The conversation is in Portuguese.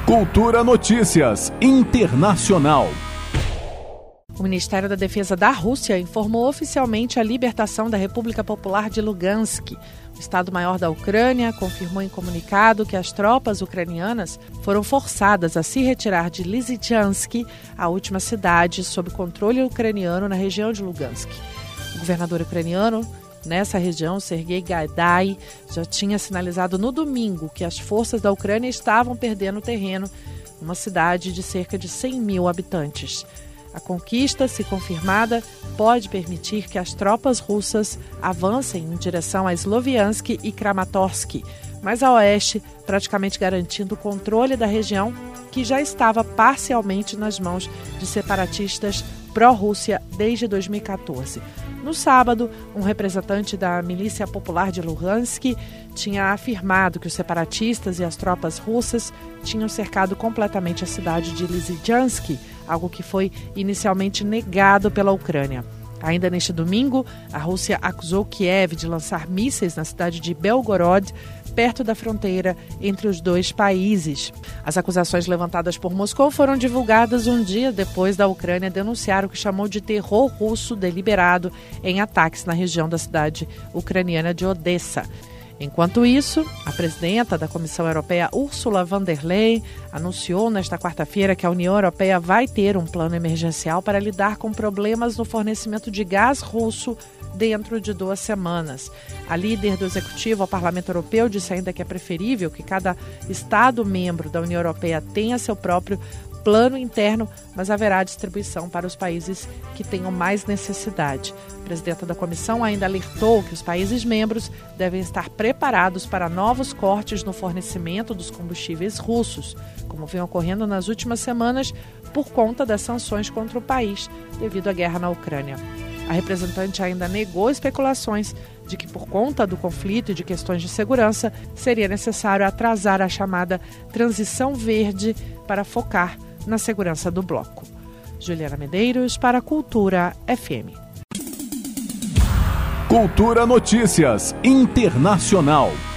Cultura Notícias Internacional. O Ministério da Defesa da Rússia informou oficialmente a libertação da República Popular de Lugansk. O Estado-Maior da Ucrânia confirmou em comunicado que as tropas ucranianas foram forçadas a se retirar de Lysychansk, a última cidade sob controle ucraniano na região de Lugansk. O governador ucraniano nessa região, Sergei Gaidai, já tinha sinalizado no domingo que as forças da Ucrânia estavam perdendo terreno numa cidade de cerca de 100 mil habitantes. A conquista, se confirmada, pode permitir que as tropas russas avancem em direção a Sloviansk e Kramatorsk, mais a oeste, praticamente garantindo o controle da região que já estava parcialmente nas mãos de separatistas pró-Rússia desde 2014. No sábado, um representante da Milícia Popular de Luhansk tinha afirmado que os separatistas e as tropas russas tinham cercado completamente a cidade de Lysychansk, algo que foi inicialmente negado pela Ucrânia. Ainda neste domingo, a Rússia acusou Kiev de lançar mísseis na cidade de Belgorod, perto da fronteira entre os dois países. As acusações levantadas por Moscou foram divulgadas um dia depois da Ucrânia denunciar o que chamou de terror russo deliberado em ataques na região da cidade ucraniana de Odessa. Enquanto isso, a presidenta da Comissão Europeia, Ursula von der Leyen, anunciou nesta quarta-feira que a União Europeia vai ter um plano emergencial para lidar com problemas no fornecimento de gás russo dentro de 2 semanas. A líder do Executivo ao Parlamento Europeu disse ainda que é preferível que cada Estado-membro da União Europeia tenha seu próprio plano interno, mas haverá distribuição para os países que tenham mais necessidade. A presidenta da comissão ainda alertou que os países membros devem estar preparados para novos cortes no fornecimento dos combustíveis russos, como vem ocorrendo nas últimas semanas por conta das sanções contra o país devido à guerra na Ucrânia. A representante ainda negou especulações de que, por conta do conflito e de questões de segurança, seria necessário atrasar a chamada transição verde para focar na segurança do bloco. Juliana Medeiros para a Cultura FM. Cultura Notícias Internacional.